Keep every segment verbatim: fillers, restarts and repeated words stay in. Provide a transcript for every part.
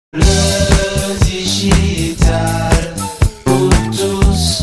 Le digital pour tous.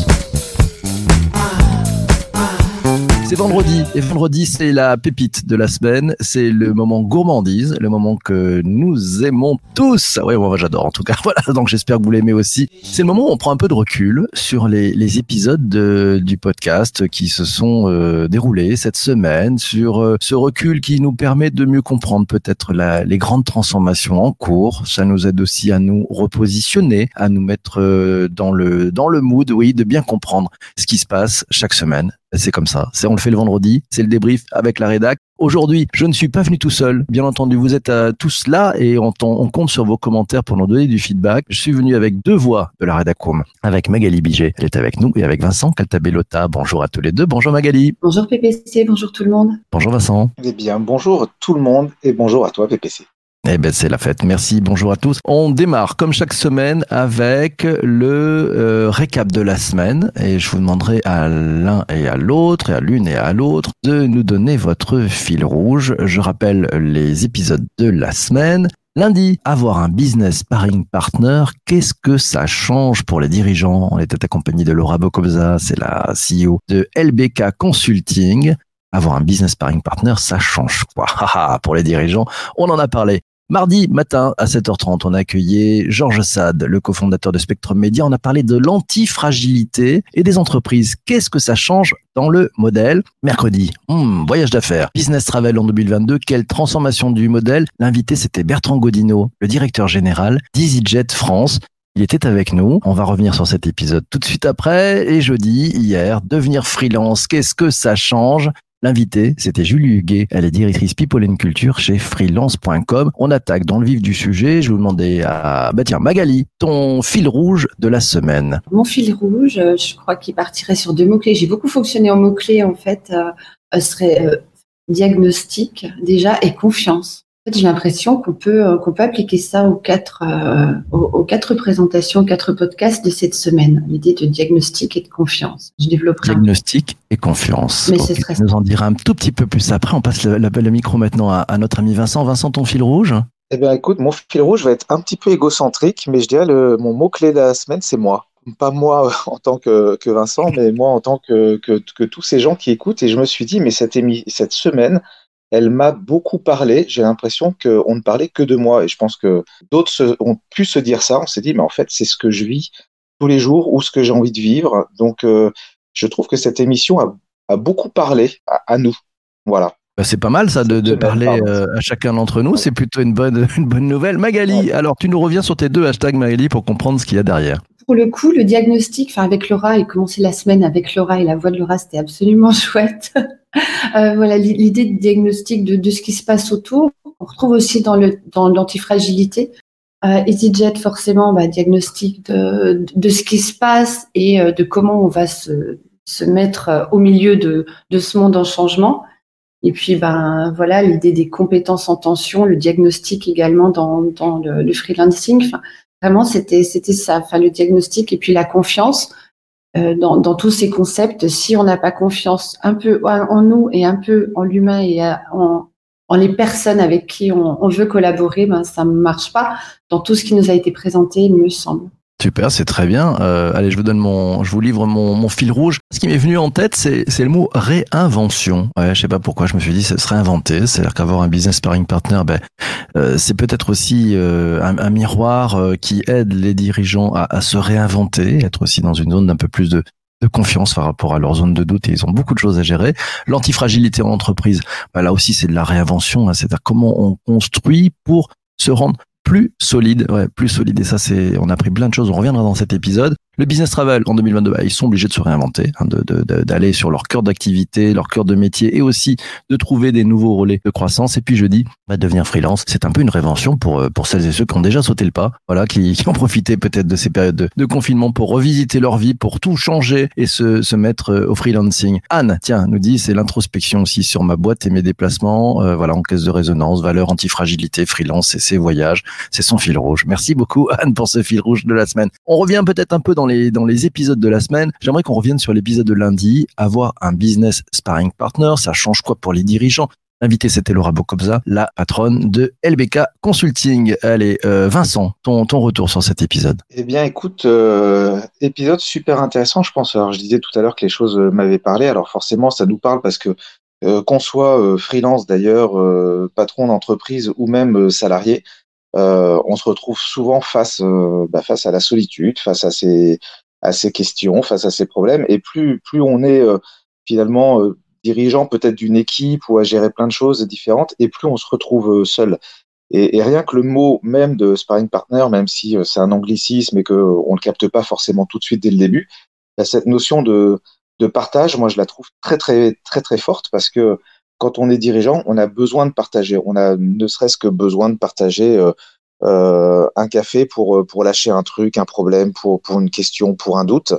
C'est vendredi, et vendredi c'est la pépite de la semaine, c'est le moment gourmandise, le moment que nous aimons tous. Oui, moi j'adore en tout cas, voilà, donc j'espère que vous l'aimez aussi. C'est le moment où on prend un peu de recul sur les, les épisodes de, du podcast qui se sont euh, déroulés cette semaine, sur euh, ce recul qui nous permet de mieux comprendre peut-être la, les grandes transformations en cours. Ça nous aide aussi à nous repositionner, à nous mettre euh, dans le, dans le mood, oui, de bien comprendre ce qui se passe chaque semaine. C'est comme ça, c'est on le fait le vendredi, c'est le débrief avec la rédac. Aujourd'hui, je ne suis pas venu tout seul, bien entendu, vous êtes euh, tous là et on, on compte sur vos commentaires pour nous donner du feedback. Je suis venu avec deux voix de la rédac-room, avec Magali Biget, elle est avec nous, et avec Vincent Caltabellota. Bonjour à tous les deux, bonjour Magali. Bonjour P P C, bonjour tout le monde. Bonjour Vincent. Eh bien, bonjour tout le monde et bonjour à toi P P C. Eh ben c'est la fête, merci, bonjour à tous. On démarre comme chaque semaine avec le euh, récap de la semaine et je vous demanderai à l'un et à l'autre, et à l'une et à l'autre, de nous donner votre fil rouge. Je rappelle les épisodes de la semaine. Lundi, avoir un business sparring partner, qu'est-ce que ça change pour les dirigeants? On était accompagné de Laura Bocobza, c'est la C E O de L B K Consulting. Avoir un business sparring partner, ça change quoi? Pour les dirigeants, on en a parlé. Mardi matin à sept heures trente, on a accueilli Georges Sade, le cofondateur de Spectrum Media. On a parlé de l'antifragilité et des entreprises. Qu'est-ce que ça change dans le modèle? Mercredi, hmm, voyage d'affaires, business travel en deux mille vingt-deux. Quelle transformation du modèle? L'invité, c'était Bertrand Godino, le directeur général d'EasyJet France. Il était avec nous. On va revenir sur cet épisode tout de suite après. Et jeudi, hier, devenir freelance, qu'est-ce que ça change? L'invité, c'était Julie Huguet. Elle est directrice People and Culture chez freelance point com. On attaque dans le vif du sujet. Je vais vous demander à, bah tiens, Magali, ton fil rouge de la semaine. Mon fil rouge, je crois qu'il partirait sur deux mots-clés. J'ai beaucoup fonctionné en mots-clés, en fait, euh, serait euh, diagnostic, déjà, et confiance. En fait, j'ai l'impression qu'on peut, euh, qu'on peut appliquer ça aux quatre, euh, aux, aux quatre présentations, aux quatre podcasts de cette semaine. L'idée de diagnostic et de confiance. Je développerai. Diagnostic et confiance. Mais okay. ce serait Tu nous en diras un tout petit peu plus après. On passe le, le, le micro maintenant à, à notre ami Vincent. Vincent, ton fil rouge? Eh bien, écoute, mon fil rouge va être un petit peu égocentrique, mais je dirais le, mon mot-clé de la semaine, c'est moi. Pas moi en tant que, que Vincent, mais moi en tant que, que, que tous ces gens qui écoutent. Et je me suis dit, mais cette, émi- cette semaine, elle m'a beaucoup parlé. J'ai l'impression qu'on ne parlait que de moi. Et je pense que d'autres se, ont pu se dire ça. On s'est dit, mais en fait, c'est ce que je vis tous les jours ou ce que j'ai envie de vivre. Donc, euh, je trouve que cette émission a, a beaucoup parlé à, à nous. Voilà. Bah c'est pas mal ça de, de parler euh, à chacun d'entre nous. C'est plutôt une bonne, une bonne nouvelle. Magali, ouais. Alors tu nous reviens sur tes deux hashtags, Magali, pour comprendre ce qu'il y a derrière. Pour le coup, le diagnostic, enfin avec Laura, et commencer la semaine avec Laura et la voix de Laura, c'était absolument chouette. euh, voilà, l'idée de diagnostic de, de ce qui se passe autour. On retrouve aussi dans le dans l'antifragilité. Euh, EasyJet, forcément, bah, diagnostic de, de ce qui se passe et euh, de comment on va se, se mettre euh, au milieu de, de ce monde en changement. Et puis, ben voilà, l'idée des compétences en tension, le diagnostic également dans, dans le, le freelancing. Enfin, vraiment, c'était c'était ça. Enfin, le diagnostic et puis la confiance euh, dans, dans tous ces concepts. Si on n'a pas confiance un peu en nous et un peu en l'humain et en, en les personnes avec qui on, on veut collaborer, ben ça ne marche pas. Dans tout ce qui nous a été présenté, il me semble. Super, c'est très bien. Euh, allez, je vous donne mon, je vous livre mon, mon fil rouge. Ce qui m'est venu en tête, c'est, c'est le mot réinvention. Ouais, je sais pas pourquoi je me suis dit, ce serait inventé. C'est-à-dire qu'avoir un business sparring partner, ben, euh, c'est peut-être aussi euh, un, un miroir euh, qui aide les dirigeants à, à se réinventer, être aussi dans une zone d'un peu plus de, de confiance par rapport à leur zone de doute. Et ils ont beaucoup de choses à gérer. L'antifragilité en entreprise, ben, là aussi, c'est de la réinvention. Hein, c'est-à-dire comment on construit pour se rendre plus solide, ouais, plus solide. Et ça, c'est, on a appris plein de choses. On reviendra dans cet épisode. Le business travel en deux mille vingt-deux, bah, ils sont obligés de se réinventer, hein, de, de, de, d'aller sur leur cœur d'activité, leur cœur de métier, et aussi de trouver des nouveaux relais de croissance. Et puis jeudi, bah, devenir freelance, c'est un peu une révention pour pour celles et ceux qui ont déjà sauté le pas, voilà, qui, qui ont profité peut-être de ces périodes de, de confinement pour revisiter leur vie, pour tout changer et se se mettre au freelancing. Anne, tiens, nous dit, c'est l'introspection aussi sur ma boîte et mes déplacements, euh, voilà, en caisse de résonance, valeur antifragilité, freelance et ses voyages, c'est son fil rouge. Merci beaucoup Anne pour ce fil rouge de la semaine. On revient peut-être un peu dans les dans les épisodes de la semaine. J'aimerais qu'on revienne sur l'épisode de lundi. Avoir un business sparring partner, ça change quoi pour les dirigeants? L'invité, c'était Laura Bocobza, la patronne de L B K Consulting. Allez, euh, Vincent, ton, ton retour sur cet épisode. Eh bien, écoute, euh, épisode super intéressant, je pense. Alors, je disais tout à l'heure que les choses m'avaient parlé. Alors, forcément, ça nous parle parce que euh, qu'on soit euh, freelance d'ailleurs, euh, patron d'entreprise ou même euh, salarié, euh, on se retrouve souvent face, euh, bah, face à la solitude, face à ces, à ces questions, face à ces problèmes. Et plus, plus on est euh, finalement euh, dirigeant peut-être d'une équipe ou à gérer plein de choses différentes, et plus on se retrouve euh, seul. Et, et rien que le mot même de sparring partner, même si euh, c'est un anglicisme et que euh, on le capte pas forcément tout de suite dès le début, bah, cette notion de, de partage, moi je la trouve très très très très forte parce que quand on est dirigeant, on a besoin de partager. On a ne serait-ce que besoin de partager euh, euh, un café pour pour lâcher un truc, un problème, pour pour une question, pour un doute.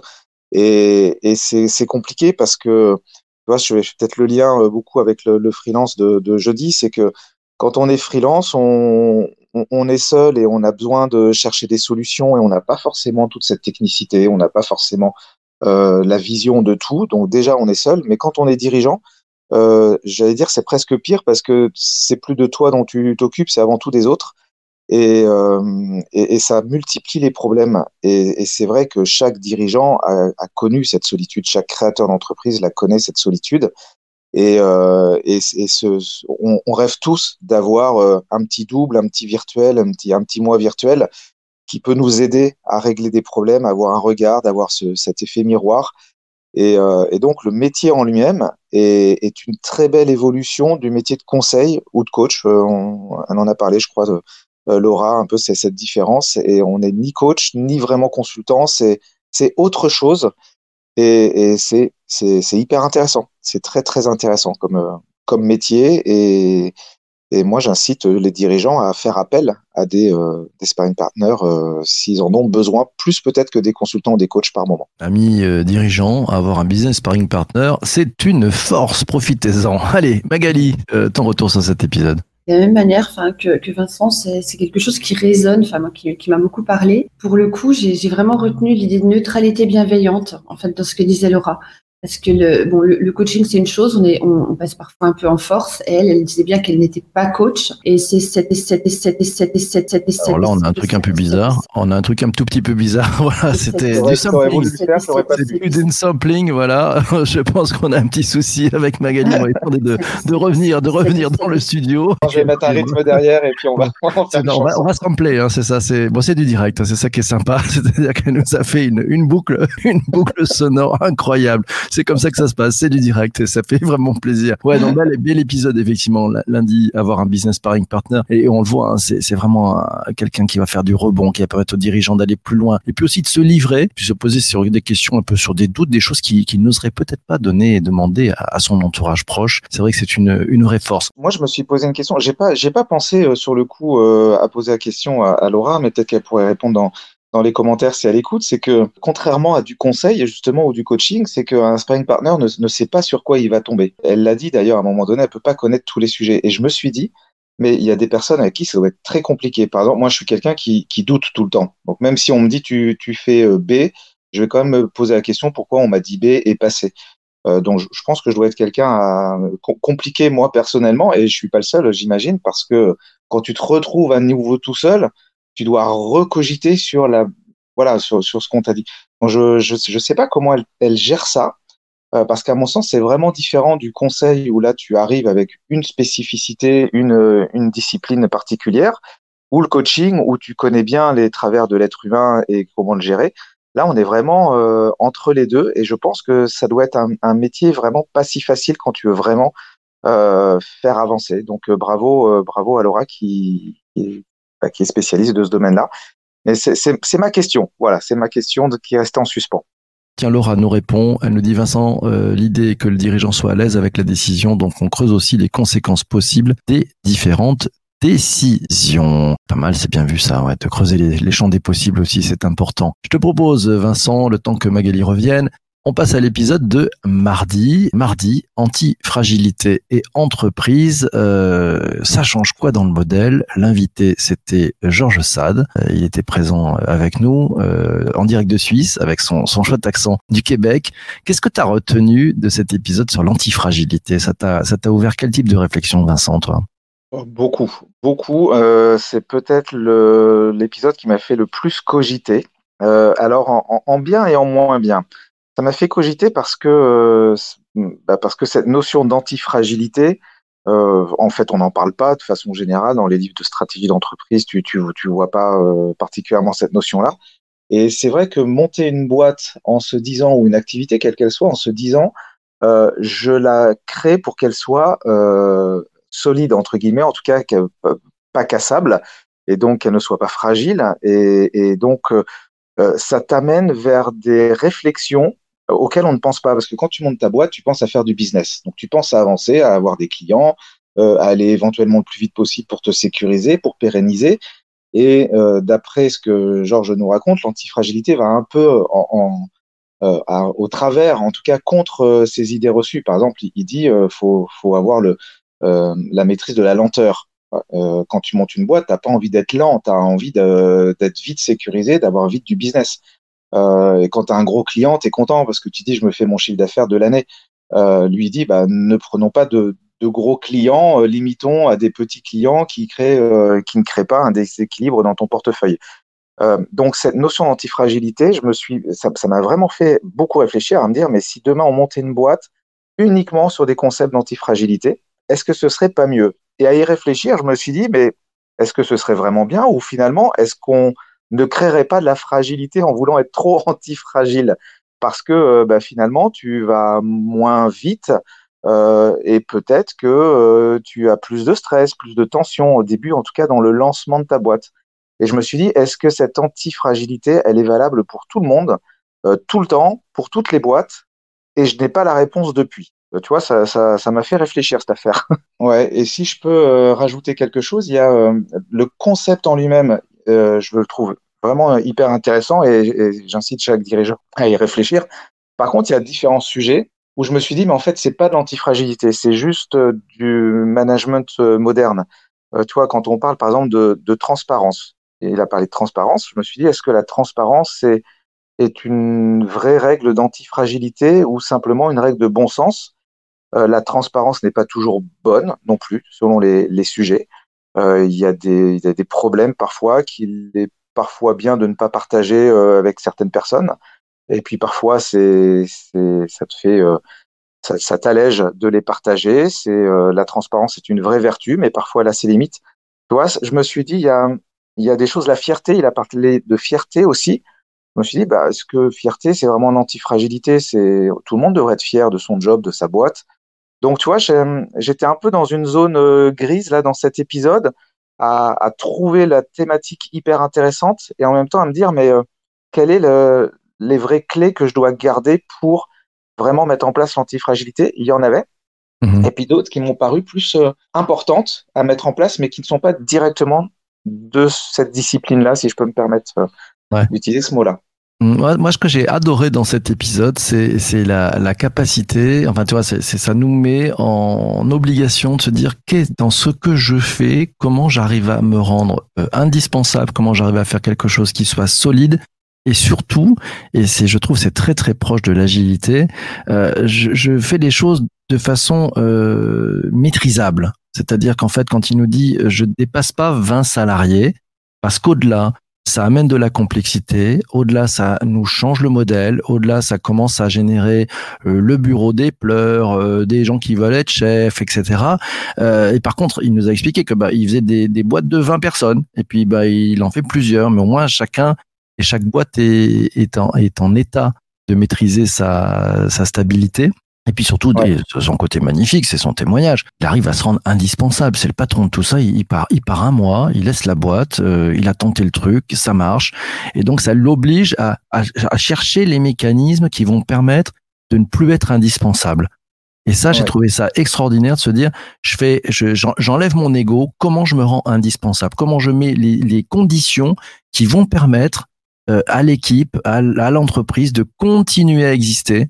Et, et c'est c'est compliqué parce que tu vois, je fais peut-être le lien euh, beaucoup avec le, le freelance de, de jeudi, c'est que quand on est freelance, on, on, on est seul et on a besoin de chercher des solutions et on n'a pas forcément toute cette technicité, on n'a pas forcément euh, la vision de tout. Donc déjà, on est seul. Mais quand on est dirigeant, euh, j'allais dire c'est presque pire parce que c'est plus de toi dont tu t'occupes, c'est avant tout des autres. Et, euh, et, et ça multiplie les problèmes. Et, et c'est vrai que chaque dirigeant a, a connu cette solitude, chaque créateur d'entreprise la connaît cette solitude. Et, euh, et, et ce, on, on rêve tous d'avoir euh, un petit double, un petit virtuel, un petit, un petit moi virtuel qui peut nous aider à régler des problèmes, à avoir un regard, d'avoir ce, cet effet miroir. Et, euh, et donc le métier en lui-même est, est une très belle évolution du métier de conseil ou de coach. Euh, on, on en a parlé, je crois, de, euh, Laura, un peu c'est cette différence. Et on n'est ni coach ni vraiment consultant, c'est c'est autre chose. Et, et c'est c'est c'est hyper intéressant. C'est très très intéressant comme euh, comme métier. Et et moi, j'incite les dirigeants à faire appel à des, euh, des sparring partners euh, s'ils en ont besoin, plus peut-être que des consultants ou des coachs par moment. Amis euh, dirigeants, avoir un business sparring partner, c'est une force, profitez-en. Allez, Magali, euh, ton retour sur cet épisode. De la même manière enfin, que, que Vincent, c'est, c'est quelque chose qui résonne, enfin, moi, qui, qui m'a beaucoup parlé. Pour le coup, j'ai, j'ai vraiment retenu l'idée de neutralité bienveillante, en fait, dans ce que disait Laura. Parce que le, bon, le, le coaching, c'est une chose, on, est, on, on passe parfois un peu en force. Et elle, elle disait bien qu'elle n'était pas coach. Et c'est cette, cette, cette, cette, cette, cette, cette. Alors là, on a un truc un peu bizarre. On a un truc un tout petit peu bizarre. Voilà, c'était du sampling. C'est plus d'une sampling, voilà. Je pense qu'on a un petit souci avec Magali. On va essayer de, de revenir, de revenir dans le studio. Je vais mettre un rythme derrière et puis on va, on va, non, on va, on va sampler, hein, c'est ça. C'est bon, c'est du direct. Hein, c'est ça qui est sympa. C'est-à-dire qu'elle nous a fait une, une boucle, une boucle sonore incroyable. C'est comme ça que ça se passe, c'est du direct et ça fait vraiment plaisir. Ouais, donc bel, bel épisode effectivement, lundi, avoir un business sparring partner et on le voit, hein, c'est, c'est vraiment un, quelqu'un qui va faire du rebond, qui va permettre aux dirigeants d'aller plus loin et puis aussi de se livrer, puis se poser sur des questions un peu sur des doutes, des choses qu'il qui n'oserait peut-être pas donner et demander à, à son entourage proche. C'est vrai que c'est une, une vraie force. Moi, je me suis posé une question. J'ai pas, j'ai pas pensé euh, sur le coup euh, à poser la question à, à Laura, mais peut-être qu'elle pourrait répondre dans dans les commentaires si elle écoute, c'est que contrairement à du conseil justement ou du coaching, c'est qu'un sparring partner ne, ne sait pas sur quoi il va tomber. Elle l'a dit d'ailleurs à un moment donné, elle peut pas connaître tous les sujets. Et je me suis dit, mais il y a des personnes avec qui ça doit être très compliqué. Par exemple, moi je suis quelqu'un qui, qui doute tout le temps. Donc même si on me dit tu, tu fais B, je vais quand même me poser la question pourquoi on m'a dit B et pas C. Euh, donc je, je pense que je dois être quelqu'un à, compliqué moi personnellement, et je suis pas le seul, j'imagine, parce que quand tu te retrouves à nouveau tout seul, tu dois recogiter sur la, voilà, sur, sur ce qu'on t'a dit. Donc je, je, je sais pas comment elle, elle gère ça, euh, parce qu'à mon sens, c'est vraiment différent du conseil où là, tu arrives avec une spécificité, une, une discipline particulière, ou le coaching où tu connais bien les travers de l'être humain et comment le gérer. Là, on est vraiment euh, entre les deux, et je pense que ça doit être un, un métier vraiment pas si facile quand tu veux vraiment euh, faire avancer. Donc euh, bravo, euh, bravo à Laura qui, qui qui est spécialiste de ce domaine-là. Mais c'est, c'est, c'est ma question. Voilà, c'est ma question de, qui est restée en suspens. Tiens, Laura nous répond. Elle nous dit, Vincent, euh, l'idée est que le dirigeant soit à l'aise avec la décision, donc on creuse aussi les conséquences possibles des différentes décisions. Pas mal, c'est bien vu ça, ouais, de creuser les, les champs des possibles aussi, c'est important. Je te propose, Vincent, le temps que Magali revienne, On passe à l'épisode de mardi. Mardi, anti-fragilité et entreprise. Euh, ça change quoi dans le modèle? L'invité, c'était Georges Sade. Euh, il était présent avec nous euh, en direct de Suisse avec son, son chouette accent du Québec. Qu'est-ce que tu as retenu de cet épisode sur l'antifragilité? Ça t'a, ça t'a ouvert quel type de réflexion, Vincent, toi? Beaucoup, beaucoup. Euh, c'est peut-être le, l'épisode qui m'a fait le plus cogiter. Euh, alors en, en, en bien et en moins bien. Ça m'a fait cogiter parce que euh, bah parce que cette notion d'antifragilité, euh, en fait, on n'en parle pas de façon générale dans les livres de stratégie d'entreprise. Tu tu tu vois pas euh, particulièrement cette notion-là. Et c'est vrai que monter une boîte en se disant, ou une activité quelle qu'elle soit, en se disant, euh, je la crée pour qu'elle soit euh, solide entre guillemets, en tout cas qu'elle, pas cassable, et donc qu'elle ne soit pas fragile. Et, et donc euh, ça t'amène vers des réflexions auxquelles on ne pense pas. Parce que quand tu montes ta boîte, tu penses à faire du business. Donc, tu penses à avancer, à avoir des clients, euh, à aller éventuellement le plus vite possible pour te sécuriser, pour pérenniser. Et euh, d'après ce que Georges nous raconte, l'antifragilité va un peu en, en, euh, à, au travers, en tout cas contre euh, ces idées reçues. Par exemple, il, il dit euh, faut, faut avoir le, euh, la maîtrise de la lenteur. Euh, quand tu montes une boîte, t'as pas envie d'être lent, t'as envie de, d'être vite sécurisé, d'avoir vite du business. Euh, et quand tu as un gros client, tu es content parce que tu dis je me fais mon chiffre d'affaires de l'année. Euh, lui il dit bah ne prenons pas de, de gros clients, euh, limitons à des petits clients qui créent euh, qui ne créent pas un déséquilibre dans ton portefeuille. Euh, donc cette notion d'antifragilité, je me suis ça ça m'a vraiment fait beaucoup réfléchir à me dire mais si demain on montait une boîte uniquement sur des concepts d'antifragilité, est-ce que ce serait pas mieux? Et à y réfléchir, je me suis dit mais est-ce que ce serait vraiment bien ou finalement est-ce qu'on ne créerait pas de la fragilité en voulant être trop antifragile parce que euh, bah, finalement tu vas moins vite euh, et peut-être que euh, tu as plus de stress, plus de tension au début, en tout cas dans le lancement de ta boîte. Et je me suis dit, est-ce que cette antifragilité, elle est valable pour tout le monde, euh, tout le temps, pour toutes les boîtes? Et je n'ai pas la réponse depuis. Euh, tu vois, ça, ça, ça m'a fait réfléchir cette affaire. Ouais. Et si je peux euh, rajouter quelque chose, il y a euh, le concept en lui-même. Euh, je le trouve vraiment hyper intéressant et, et j'incite chaque dirigeant à y réfléchir. Par contre, il y a différents sujets où je me suis dit, mais en fait, c'est pas de l'antifragilité, c'est juste euh, du management euh, moderne. Euh, tu vois, quand on parle, par exemple, de, de transparence, et il a parlé de transparence, je me suis dit, est-ce que la transparence c'est, est une vraie règle d'antifragilité ou simplement une règle de bon sens? Euh, la transparence n'est pas toujours bonne non plus, selon les, les sujets. Euh, il y a des, il y a des problèmes parfois qu'il est parfois bien de ne pas partager euh, avec certaines personnes. Et puis parfois, c'est, c'est, ça te fait, euh, ça, ça t'allège de les partager. C'est euh, la transparence, c'est une vraie vertu, mais parfois elle a ses limites. Tu vois, je me suis dit, il y a, il y a des choses. La fierté, il a parlé de fierté aussi. Je me suis dit, bah, est-ce que fierté, c'est vraiment l'antifragilité? C'est tout le monde devrait être fier de son job, de sa boîte. Donc, tu vois, j'étais un peu dans une zone euh, grise là dans cet épisode, à, à trouver la thématique hyper intéressante et en même temps à me dire, mais euh, quelles est le, les vraies clés que je dois garder pour vraiment mettre en place l'antifragilité? Il y en avait, mmh. Et puis d'autres qui m'ont paru plus euh, importantes à mettre en place, mais qui ne sont pas directement de cette discipline-là, si je peux me permettre euh, ouais. d'utiliser ce mot-là. Moi, moi, ce que j'ai adoré dans cet épisode, c'est, c'est la, la capacité, enfin, tu vois, c'est, c'est, ça nous met en obligation de se dire, qu'est dans ce que je fais, comment j'arrive à me rendre euh, indispensable, comment j'arrive à faire quelque chose qui soit solide, et surtout, et c'est, je trouve, c'est très très proche de l'agilité, euh, je, je fais les choses de façon euh, maîtrisable. C'est-à-dire qu'en fait, quand il nous dit, je dépasse pas vingt salariés, parce qu'au-delà, ça amène de la complexité. Au-delà, ça nous change le modèle. Au-delà, ça commence à générer euh, le bureau des pleurs, euh, des gens qui veulent être chefs, et cetera. Euh, et par contre, il nous a expliqué que bah il faisait des, des boîtes de vingt personnes. Et puis bah il en fait plusieurs. Mais au moins chacun et chaque boîte est, est en est en état de maîtriser sa sa stabilité. Et puis surtout, ouais. des, son côté magnifique, c'est son témoignage. Il arrive à se rendre indispensable. C'est le patron de tout ça. Il, il part, il part un mois, il laisse la boîte, euh, il a tenté le truc, ça marche. Et donc, ça l'oblige à, à, à chercher les mécanismes qui vont permettre de ne plus être indispensable. Et ça, ouais. j'ai trouvé ça extraordinaire de se dire, je fais, je, j'enlève mon ego. Comment je me rends indispensable? Comment je mets les, les conditions qui vont permettre euh, à l'équipe, à, à l'entreprise de continuer à exister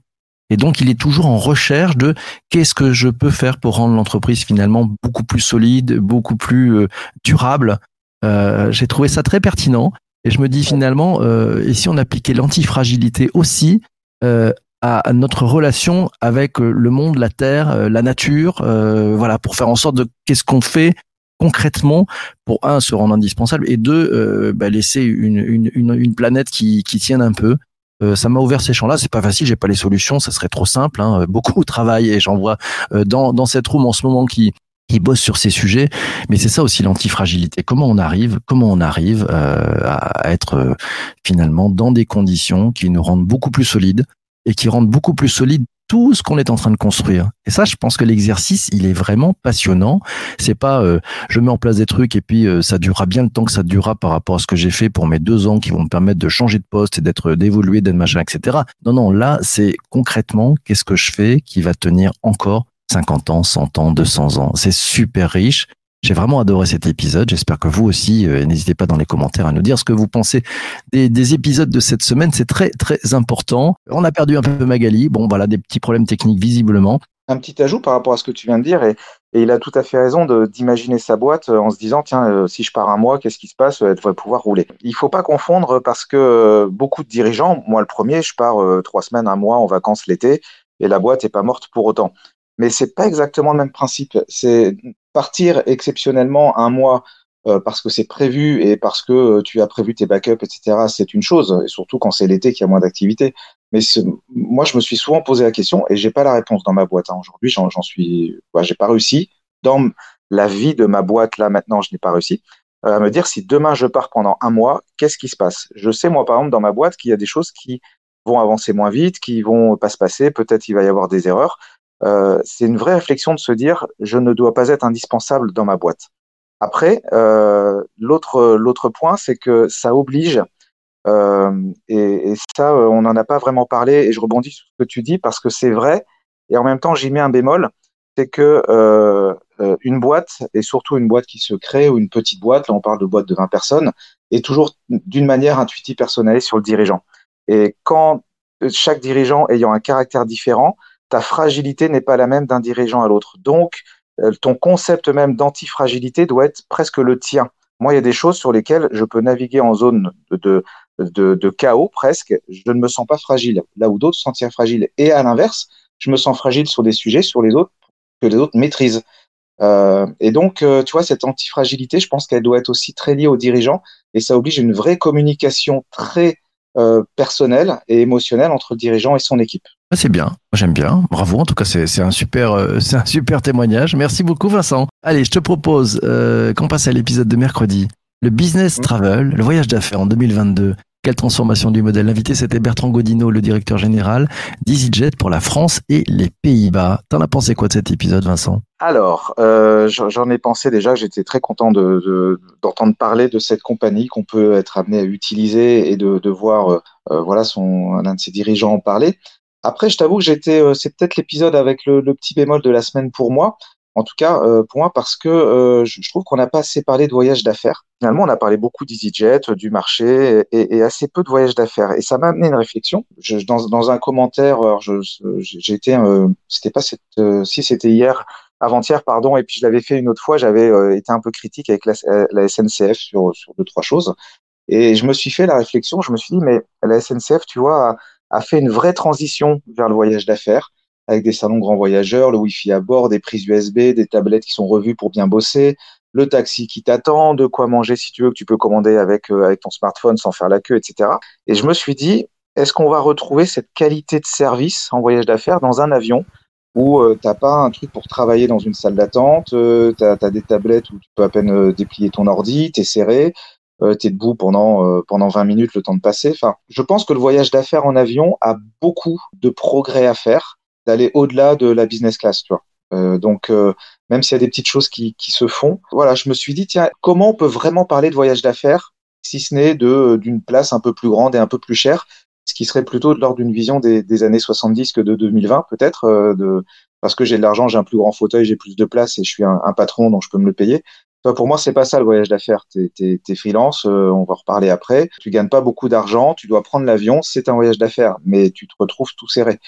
Et donc, il est toujours en recherche de qu'est-ce que je peux faire pour rendre l'entreprise finalement beaucoup plus solide, beaucoup plus euh, durable. Euh, j'ai trouvé ça très pertinent. Et je me dis finalement, euh, et si on appliquait l'antifragilité aussi euh, à, à notre relation avec le monde, la terre, euh, la nature, euh, voilà, pour faire en sorte de qu'est-ce qu'on fait concrètement pour un se rendre indispensable et deux euh, bah, laisser une, une, une, une planète qui, qui tienne un peu. Euh, ça m'a ouvert ces champs-là. C'est pas facile, j'ai pas les solutions, ça serait trop simple. Hein. Beaucoup travaillent et j'en vois euh, dans dans cette room en ce moment qui qui bosse sur ces sujets. Mais c'est ça aussi l'antifragilité. Comment on arrive, comment on arrive euh, à être euh, finalement dans des conditions qui nous rendent beaucoup plus solides et qui rendent beaucoup plus solide tout ce qu'on est en train de construire. Et ça, je pense que l'exercice, il est vraiment passionnant. C'est pas, euh, je mets en place des trucs et puis euh, ça durera bien le temps que ça durera par rapport à ce que j'ai fait pour mes deux ans qui vont me permettre de changer de poste et d'être, d'évoluer, d'être machin, et cetera. Non, non, là, c'est concrètement, qu'est-ce que je fais qui va tenir encore cinquante ans, cent ans, deux cents ans. C'est super riche. J'ai vraiment adoré cet épisode. J'espère que vous aussi. Euh, n'hésitez pas dans les commentaires à nous dire ce que vous pensez des, des épisodes de cette semaine. C'est très, très important. On a perdu un peu Magali. Bon, voilà, des petits problèmes techniques visiblement. Un petit ajout par rapport à ce que tu viens de dire, et, et il a tout à fait raison de, d'imaginer sa boîte en se disant, tiens, euh, si je pars un mois, qu'est-ce qui se passe? Elle devrait pouvoir rouler. Il faut pas confondre parce que euh, beaucoup de dirigeants, moi le premier, je pars euh, trois semaines, un mois en vacances l'été, et la boîte est pas morte pour autant. Mais c'est pas exactement le même principe. C'est partir exceptionnellement un mois euh, parce que c'est prévu et parce que euh, tu as prévu tes backups, et cetera. C'est une chose, et surtout quand c'est l'été qu'il y a moins d'activité. Mais ce, moi, je me suis souvent posé la question et j'ai pas la réponse dans ma boîte. Hein. Aujourd'hui, j'en, j'en suis, bah, j'ai pas réussi. Dans la vie de ma boîte là maintenant, je n'ai pas réussi euh, à me dire si demain je pars pendant un mois, qu'est-ce qui se passe? Je sais moi par exemple dans ma boîte qu'il y a des choses qui vont avancer moins vite, qui vont pas se passer. Peut-être il va y avoir des erreurs. Euh, c'est une vraie réflexion de se dire je ne dois pas être indispensable dans ma boîte. Après, euh, l'autre l'autre point, c'est que ça oblige euh, et, et ça, euh, on n'en a pas vraiment parlé. Et je rebondis sur ce que tu dis parce que c'est vrai. Et en même temps, j'y mets un bémol, c'est que euh, euh, une boîte, et surtout une boîte qui se crée ou une petite boîte, là on parle de boîte de vingt personnes, est toujours d'une manière intuitive personnalisée sur le dirigeant. Et quand chaque dirigeant ayant un caractère différent, ta fragilité n'est pas la même d'un dirigeant à l'autre. Donc, euh, ton concept même d'antifragilité doit être presque le tien. Moi, il y a des choses sur lesquelles je peux naviguer en zone de, de, de, de chaos presque. Je ne me sens pas fragile, là où d'autres se sentent fragiles. Et à l'inverse, je me sens fragile sur des sujets sur les autres que les autres maîtrisent. Euh, et donc, euh, tu vois, cette antifragilité, je pense qu'elle doit être aussi très liée aux dirigeants. Et ça oblige une vraie communication très euh, personnelle et émotionnelle entre le dirigeant et son équipe. C'est bien, moi j'aime bien, bravo, en tout cas c'est, c'est, un, super, euh, c'est un super témoignage, merci beaucoup Vincent. Allez, je te propose euh, qu'on passe à l'épisode de mercredi, le business Mmh. travel, le voyage d'affaires en deux mille vingt-deux. Quelle transformation du modèle. L'invité c'était Bertrand Godino, le directeur général d'EasyJet pour la France et les Pays-Bas. T'en as pensé quoi de cet épisode Vincent? Alors, euh, j'en j'en ai pensé déjà, j'étais très content de, de, d'entendre parler de cette compagnie qu'on peut être amené à utiliser et de, de voir euh, euh, voilà, son, l'un de ses dirigeants en parler. Après, je t'avoue que j'étais, euh, c'est peut-être l'épisode avec le, le petit bémol de la semaine pour moi. En tout cas, euh, pour moi, parce que euh, je, je trouve qu'on n'a pas assez parlé de voyage d'affaires. Finalement, on a parlé beaucoup d'EasyJet, du marché, et, et assez peu de voyage d'affaires. Et ça m'a amené une réflexion. Je, dans, dans un commentaire, alors je, j'ai été, euh, c'était pas cette, euh, si c'était hier, avant-hier, pardon, et puis je l'avais fait une autre fois. J'avais euh, été un peu critique avec la, la S N C F sur sur deux trois choses. Et je me suis fait la réflexion. Je me suis dit, mais la S N C F, tu vois, a, a fait une vraie transition vers le voyage d'affaires, avec des salons grands voyageurs, le Wi-Fi à bord, des prises U S B, des tablettes qui sont revues pour bien bosser, le taxi qui t'attend, de quoi manger si tu veux, que tu peux commander avec, euh, avec ton smartphone sans faire la queue, et cetera. Et je me suis dit, est-ce qu'on va retrouver cette qualité de service en voyage d'affaires dans un avion où euh, t'as pas un truc pour travailler dans une salle d'attente, euh, t'as, t'as des tablettes où tu peux à peine euh, déplier ton ordi, t'es serré, euh, t'es debout pendant euh, pendant vingt minutes, le temps de passer. Enfin, je pense que le voyage d'affaires en avion a beaucoup de progrès à faire, d'aller au-delà de la business class, tu vois. Euh, donc, euh, même s'il y a des petites choses qui, qui se font, voilà, je me suis dit, tiens, comment on peut vraiment parler de voyage d'affaires si ce n'est de d'une place un peu plus grande et un peu plus chère, ce qui serait plutôt lors d'une vision des, des années soixante-dix que de deux mille vingt, peut-être, euh, de, parce que j'ai de l'argent, j'ai un plus grand fauteuil, j'ai plus de place et je suis un, un patron, donc je peux me le payer. Toi, pour moi, c'est pas ça le voyage d'affaires. T'es, t'es, t'es freelance, euh, on va en reparler après. Tu gagnes pas beaucoup d'argent, tu dois prendre l'avion, c'est un voyage d'affaires, mais tu te retrouves tout serré.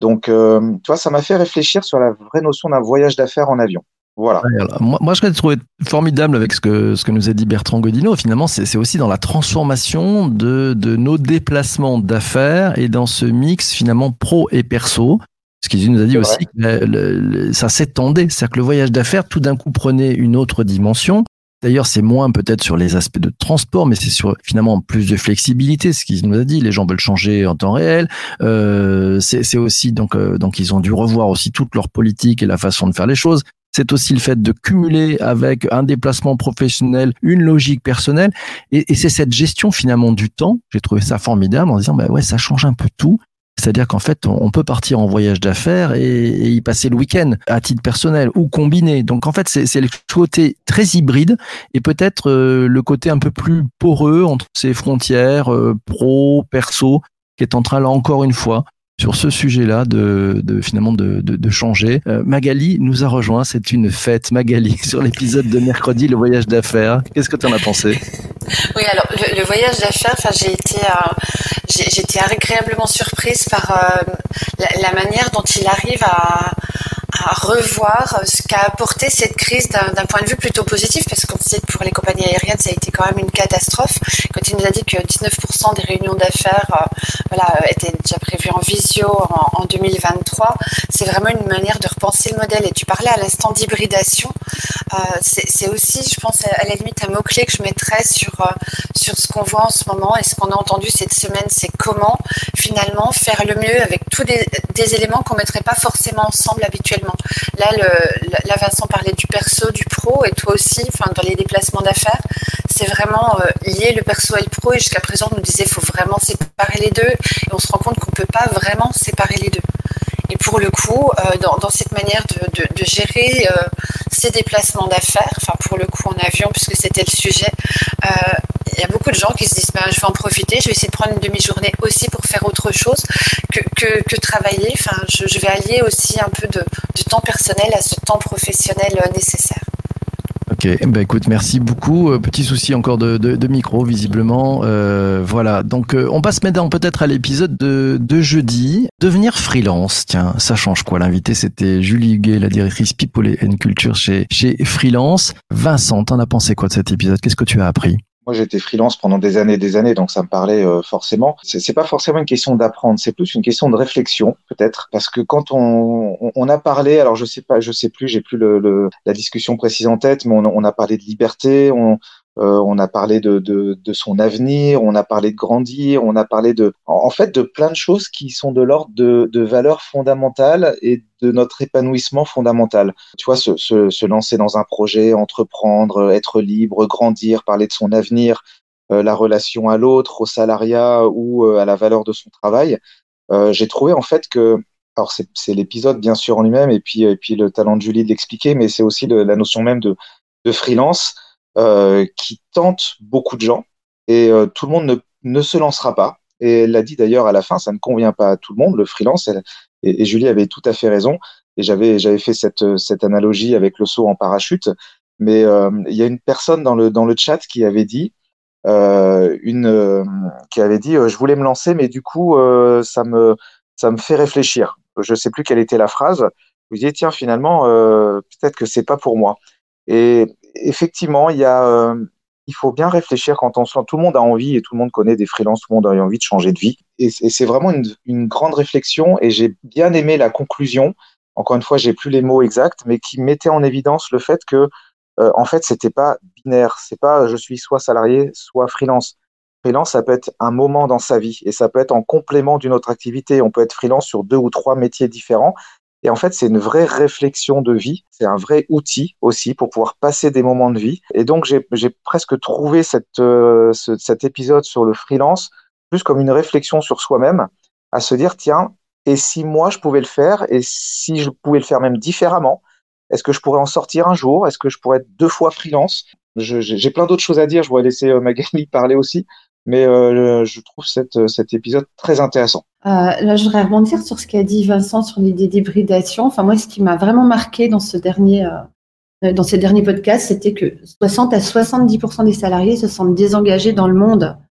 Donc, euh, tu vois, ça m'a fait réfléchir sur la vraie notion d'un voyage d'affaires en avion. Voilà. Ouais, alors, moi, moi, je l'ai trouvé formidable avec ce que, ce que nous a dit Bertrand Godino. Finalement, c'est, c'est aussi dans la transformation de, de nos déplacements d'affaires et dans ce mix finalement pro et perso. Ce qu'il nous a dit C'est aussi vrai. que le- le- le- ça s'étendait. C'est-à-dire que le voyage d'affaires, tout d'un coup, prenait une autre dimension. D'ailleurs, c'est moins peut-être sur les aspects de transport, mais c'est sur finalement plus de flexibilité, ce qu'il nous a dit. Les gens veulent changer en temps réel. Euh, c'est, c'est aussi donc euh, donc ils ont dû revoir aussi toute leur politique et la façon de faire les choses. C'est aussi le fait de cumuler avec un déplacement professionnel une logique personnelle. Et, et c'est cette gestion finalement du temps. J'ai trouvé ça formidable en disant, bah ouais, ça change un peu tout. C'est-à-dire qu'en fait, on on peut partir en voyage d'affaires et, et y passer le week-end à titre personnel ou combiné. Donc en fait, c'est, c'est le côté très hybride et peut-être euh, le côté un peu plus poreux entre ces frontières euh, pro, perso, qui est en train là encore une fois sur ce sujet-là de, de finalement de, de, de changer. Euh, Magali nous a rejoint, c'est une fête Magali sur l'épisode de mercredi, le voyage d'affaires. Qu'est-ce que tu en as pensé? Oui, alors le, le voyage d'affaires, enfin, j'ai été, euh, j'ai, j'ai été agréablement surprise par euh, la, la manière dont il arrive à, à revoir ce qu'a apporté cette crise d'un, d'un point de vue plutôt positif, parce qu'on sait que pour les compagnies aériennes, ça a été quand même une catastrophe. Quand il nous a dit que dix-neuf pour cent des réunions d'affaires, euh, voilà, étaient déjà prévues en visio en, en deux mille vingt-trois, c'est vraiment une manière de repenser le modèle. Et tu parlais à l'instant d'hybridation. Euh, c'est, c'est aussi, je pense, à la limite, un mot-clé que je mettrais sur, euh, sur ce qu'on voit en ce moment et ce qu'on a entendu cette semaine, c'est comment finalement faire le mieux avec tous des, des éléments qu'on ne mettrait pas forcément ensemble habituellement. Là, le, là, Vincent parlait du perso, du pro, et toi aussi, enfin, dans les déplacements d'affaires, c'est vraiment euh, lier le perso et le pro. Et jusqu'à présent, on nous disait qu'il faut vraiment séparer les deux, et on se rend compte qu'on ne peut pas vraiment séparer les deux. Et pour le coup, euh, dans, dans cette manière de, de, de gérer euh, ces déplacements d'affaires, enfin pour le coup en avion puisque c'était le sujet, euh, il y a beaucoup de gens qui se disent ben, je vais en profiter, je vais essayer de prendre une demi-journée aussi pour faire autre chose que, que, que travailler. Enfin, je, je vais allier aussi un peu de, de temps personnel à ce temps professionnel euh, nécessaire. Ok, ben écoute, merci beaucoup. Euh, Petit souci encore de, de, de micro, visiblement. Euh, voilà, donc euh, on passe maintenant peut-être à l'épisode de, de jeudi. Devenir freelance, tiens, ça change quoi? L'invité, c'était Julie Huguet, la directrice People and Culture chez, chez Freelance. Vincent, t'en as pensé quoi de cet épisode? Qu'est-ce que tu as appris? Moi, j'ai été freelance pendant des années et des années, donc ça me parlait euh, forcément. C'est, c'est pas forcément une question d'apprendre, c'est plus une question de réflexion, peut-être, parce que quand on, on, on a parlé, alors je sais pas, je sais plus, j'ai plus le, le, la discussion précise en tête, mais on, on a parlé de liberté, on, euh, on a parlé de, de, de son avenir, on a parlé de grandir, on a parlé de, en, en fait, de plein de choses qui sont de l'ordre de, de valeurs fondamentales et de notre épanouissement fondamental. Tu vois, se, se, se lancer dans un projet, entreprendre, être libre, grandir, parler de son avenir, euh, la relation à l'autre, au salariat ou euh, à la valeur de son travail. Euh, j'ai trouvé en fait que, alors c'est, c'est l'épisode bien sûr en lui-même et puis, et puis le talent de Julie de l'expliquer, mais c'est aussi le, la notion même de, de freelance euh, qui tente beaucoup de gens et euh, tout le monde ne, ne se lancera pas. Et elle l'a dit d'ailleurs à la fin, ça ne convient pas à tout le monde, le freelance. Elle, et, et Julie avait tout à fait raison. Et j'avais j'avais fait cette cette analogie avec le saut en parachute. Mais euh, il y a une personne dans le dans le chat qui avait dit euh, une euh, qui avait dit euh, je voulais me lancer, mais du coup euh, ça me ça me fait réfléchir. Je sais plus quelle était la phrase. Vous disiez tiens finalement euh, peut-être que c'est pas pour moi. Et effectivement il y a euh, il faut bien réfléchir quand on se lance. Tout le monde a envie et tout le monde connaît des freelances, tout le monde a envie de changer de vie. Et, et c'est vraiment une, une grande réflexion et j'ai bien aimé la conclusion. Encore une fois, j'ai plus les mots exacts, mais qui mettait en évidence le fait que, euh, en fait, c'était pas binaire. C'est pas je suis soit salarié, soit freelance. Freelance, ça peut être un moment dans sa vie et ça peut être en complément d'une autre activité. On peut être freelance sur deux ou trois métiers différents. Et en fait, c'est une vraie réflexion de vie. C'est un vrai outil aussi pour pouvoir passer des moments de vie. Et donc, j'ai, j'ai presque trouvé cette, euh, ce, cet épisode sur le freelance plus comme une réflexion sur soi-même, à se dire, tiens, et si moi, je pouvais le faire, et si je pouvais le faire même différemment, est-ce que je pourrais en sortir un jour? Est-ce que je pourrais être deux fois freelance? je, j'ai, j'ai plein d'autres choses à dire. Je vais laisser euh, Magali parler aussi. Mais euh, je trouve cette, cet épisode très intéressant. Euh, là, je voudrais rebondir sur ce qu'a dit Vincent sur l'idée d'hybridation. Enfin, moi, ce qui m'a vraiment marqué dans ce dernier, euh, dans ce dernier podcast, c'était que soixante à soixante-dix pour cent des salariés se sentent désengagés dans le monde.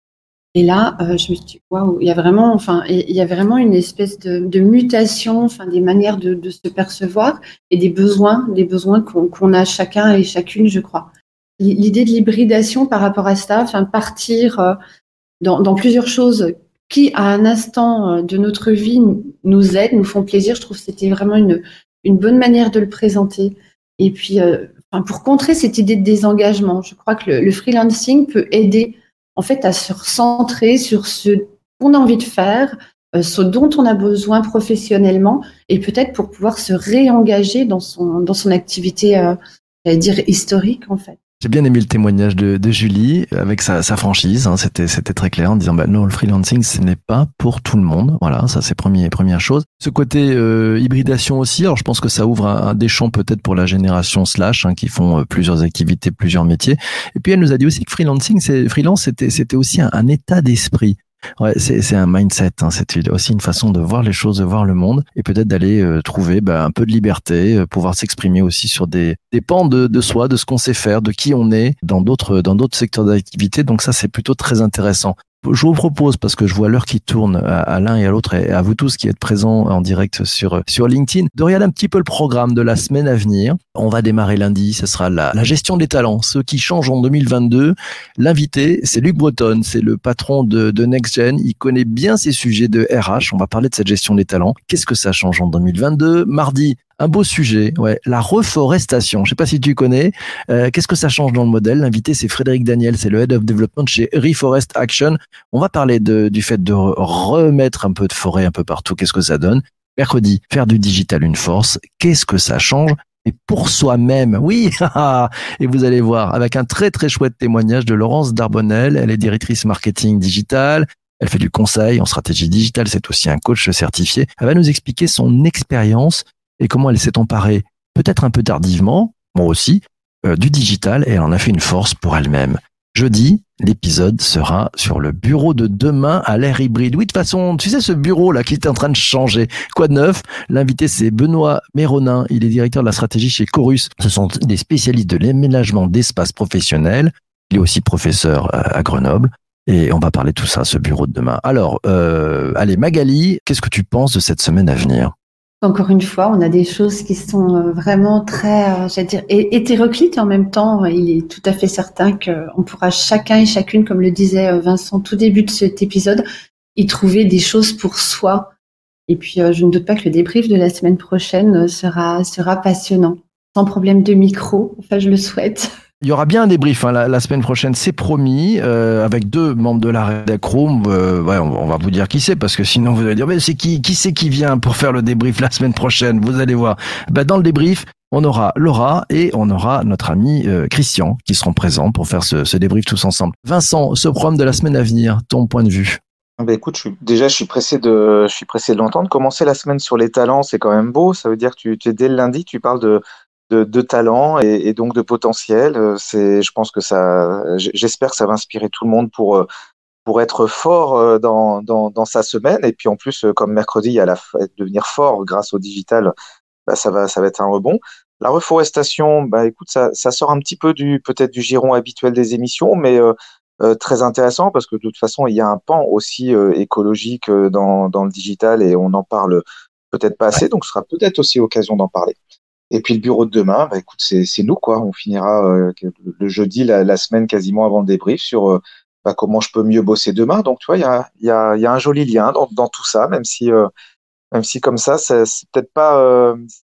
Et là, euh, je me suis dit, waouh, il y a vraiment, enfin, il y a vraiment une espèce de, de mutation, enfin, des manières de, de se percevoir et des besoins, des besoins qu'on, qu'on a chacun et chacune, je crois. L'idée de l'hybridation par rapport à ça, enfin, partir euh, dans, dans plusieurs choses qui, à un instant de notre vie, nous aident, nous font plaisir. Je trouve que c'était vraiment une, une bonne manière de le présenter. Et puis, euh, enfin, pour contrer cette idée de désengagement, je crois que le, le freelancing peut aider en fait à se recentrer sur ce qu'on a envie de faire, euh, ce dont on a besoin professionnellement, et peut-être pour pouvoir se réengager dans son, dans son activité, euh, j'allais dire historique en fait. J'ai bien aimé le témoignage de, de Julie avec sa, sa franchise. Hein, c'était, c'était très clair en disant bah non, le freelancing ce n'est pas pour tout le monde. Voilà, ça c'est premier, première chose. Ce côté euh, hybridation aussi. Alors je pense que ça ouvre un, un des champs peut-être pour la génération slash hein, qui font euh, plusieurs activités, plusieurs métiers. Et puis elle nous a dit aussi que freelancing, c'est freelance, c'était, c'était aussi un, un état d'esprit. Ouais, c'est, c'est un mindset, hein. C'est aussi une façon de voir les choses, de voir le monde et peut-être d'aller euh, trouver bah, un peu de liberté, euh, pouvoir s'exprimer aussi sur des, des pans de, de soi, de ce qu'on sait faire, de qui on est dans d'autres, dans d'autres secteurs d'activité. Donc ça, c'est plutôt très intéressant. Je vous propose, parce que je vois l'heure qui tourne à, à l'un et à l'autre et à vous tous qui êtes présents en direct sur, sur LinkedIn, de regarder un petit peu le programme de la semaine à venir. On va démarrer lundi, ce sera la, la gestion des talents, ceux qui changent en deux mille vingt-deux. L'invité, c'est Luc Breton, c'est le patron de, de NextGen. Il connaît bien ces sujets de R H. On va parler de cette gestion des talents. Qu'est-ce que ça change en deux mille vingt-deux? Mardi, un beau sujet, ouais, la reforestation. Je sais pas si tu connais. Euh, qu'est-ce que ça change dans le modèle? L'invité, c'est Frédéric Daniel, c'est le Head of Development chez Reforest Action. On va parler de, du fait de remettre un peu de forêt un peu partout. Qu'est-ce que ça donne? Mercredi, faire du digital une force. Qu'est-ce que ça change? Et pour soi-même, oui, et vous allez voir, avec un très très chouette témoignage de Laurence Darbonnel. Elle est directrice marketing digital. Elle fait du conseil en stratégie digitale. C'est aussi un coach certifié. Elle va nous expliquer son expérience et comment elle s'est emparée, peut-être un peu tardivement, moi aussi, euh, du digital, et elle en a fait une force pour elle-même. Jeudi, l'épisode sera sur le bureau de demain à l'ère hybride. Oui, de toute façon, tu sais, ce bureau-là qui est en train de changer. Quoi de neuf? L'invité, c'est Benoît Méronin. Il est directeur de la stratégie chez Chorus. Ce sont des spécialistes de l'aménagement d'espaces professionnels. Il est aussi professeur à Grenoble. Et on va parler de tout ça, ce bureau de demain. Alors, euh, allez, Magali, qu'est-ce que tu penses de cette semaine à venir? Encore une fois, on a des choses qui sont vraiment très, j'allais dire, hétéroclites, et en même temps, il est tout à fait certain qu'on pourra chacun et chacune, comme le disait Vincent au tout début de cet épisode, y trouver des choses pour soi. Et puis, je ne doute pas que le débrief de la semaine prochaine sera, sera passionnant. Sans problème de micro, enfin, je le souhaite. Il y aura bien un débrief hein, la, la semaine prochaine, c'est promis, euh, avec deux membres de la rédac-room. Euh, ouais, on, on va vous dire qui c'est, parce que sinon vous allez dire mais c'est qui, qui c'est qui vient pour faire le débrief la semaine prochaine? Vous allez voir. Ben, dans le débrief, on aura Laura et on aura notre ami euh, Christian qui seront présents pour faire ce, ce débrief tous ensemble. Vincent, ce programme de la semaine à venir, ton point de vue? Ben écoute, je suis, déjà je suis pressé de, je suis pressé de l'entendre. Commencer la semaine sur les talents, c'est quand même beau. Ça veut dire que tu, tu dès le lundi, tu parles de De, de talent et, et donc de potentiel. C'est, je pense que ça, j'espère que ça va inspirer tout le monde pour pour être fort dans dans, dans sa semaine. Et puis en plus, comme mercredi, il y a la devenir fort grâce au digital, bah ça va ça va être un rebond. La reforestation, bah écoute, ça ça sort un petit peu du peut-être du giron habituel des émissions, mais euh, euh, très intéressant parce que de toute façon, il y a un pan aussi euh, écologique dans dans le digital et on en parle peut-être pas assez, donc ce sera peut-être aussi l'occasion d'en parler. Et puis le bureau de demain, bah écoute, c'est c'est nous quoi. On finira euh, le jeudi, la, la semaine quasiment avant le débrief sur euh, bah, comment je peux mieux bosser demain. Donc tu vois, il y a il y a il y a un joli lien dans dans tout ça, même si euh, même si comme ça, c'est, c'est peut-être pas euh,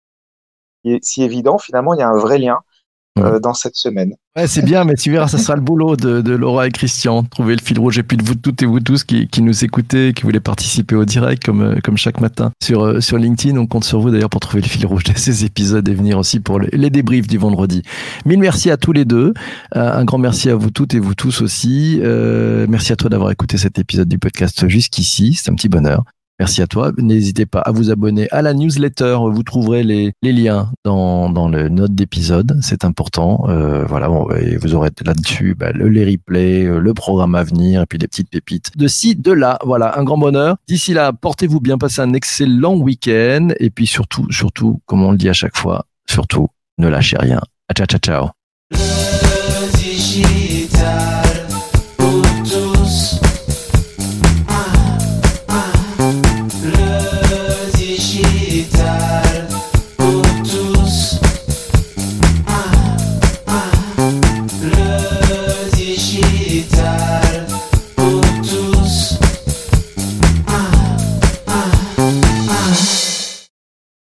si évident. Finalement, il y a un vrai lien euh, dans cette semaine. Ouais, c'est bien, mais tu verras, ça sera le boulot de, de Laura et Christian, trouver le fil rouge. Et puis de vous toutes et vous tous qui, qui nous écoutez, qui voulez participer au direct, comme, comme chaque matin sur, sur LinkedIn. On compte sur vous d'ailleurs pour trouver le fil rouge de ces épisodes et venir aussi pour les, les débriefs du vendredi. Mille merci à tous les deux. Euh, un grand merci à vous toutes et vous tous aussi. Euh, merci à toi d'avoir écouté cet épisode du podcast jusqu'ici. C'est un petit bonheur. Merci à toi. N'hésitez pas à vous abonner à la newsletter. Vous trouverez les, les liens dans, dans le note d'épisode. C'est important. Euh, voilà, bon, et vous aurez là-dessus bah, le, les replays, le programme à venir et puis des petites pépites de ci, de là. Voilà, un grand bonheur. D'ici là, portez-vous bien, passez un excellent week-end. Et puis surtout, surtout, comme on le dit à chaque fois, surtout, ne lâchez rien. Ciao, ciao, ciao. Le digital.